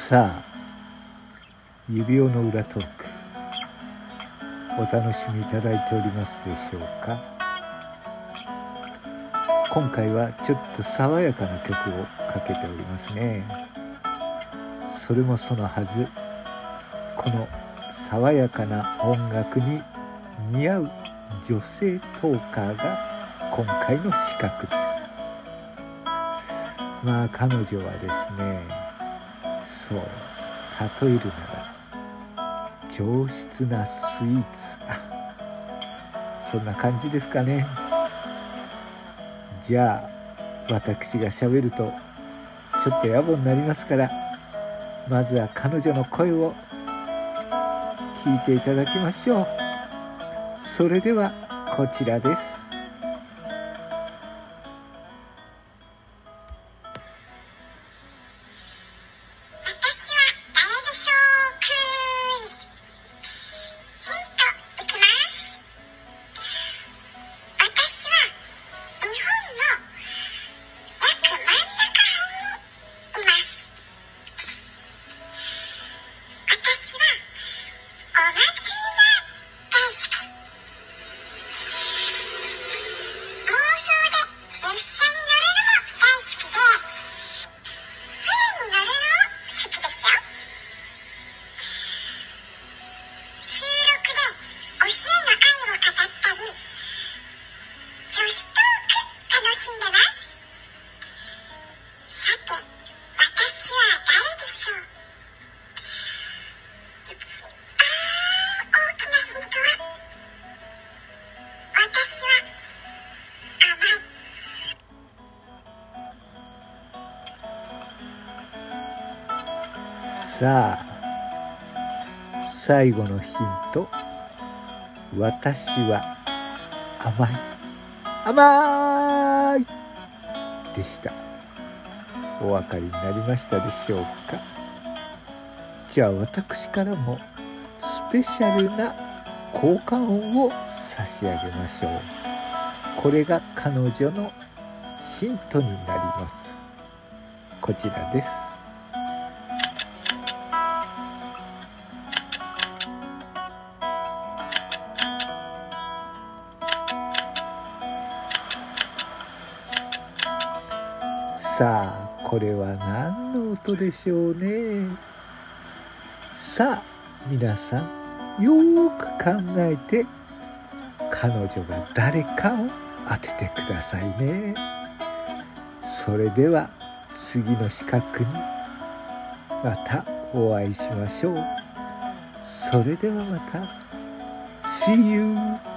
さあ、指輪の裏トーク、お楽しみいただいておりますでしょうか。今回はちょっと爽やかな曲をかけておりますね。それもそのはず、この爽やかな音楽に似合う女性トーカーが今回の刺客です。まあ彼女はですね、そう例えるなら上質なスイーツそんな感じですかね。じゃあ私が喋るとちょっと野暮になりますから、まずは彼女の声を聞いていただきましょう。それではこちらです。さあ、最後のヒント。私は甘いでした。お分かりになりましたでしょうか。じゃあ私からもスペシャルな効果音を差し上げましょう。これが彼女のヒントになります。こちらです。さあ、これは何の音でしょうね。さあ、皆さんよーく考えて彼女が誰かを当ててくださいね。それでは次の刺客にまたお会いしましょう。それではまた See you!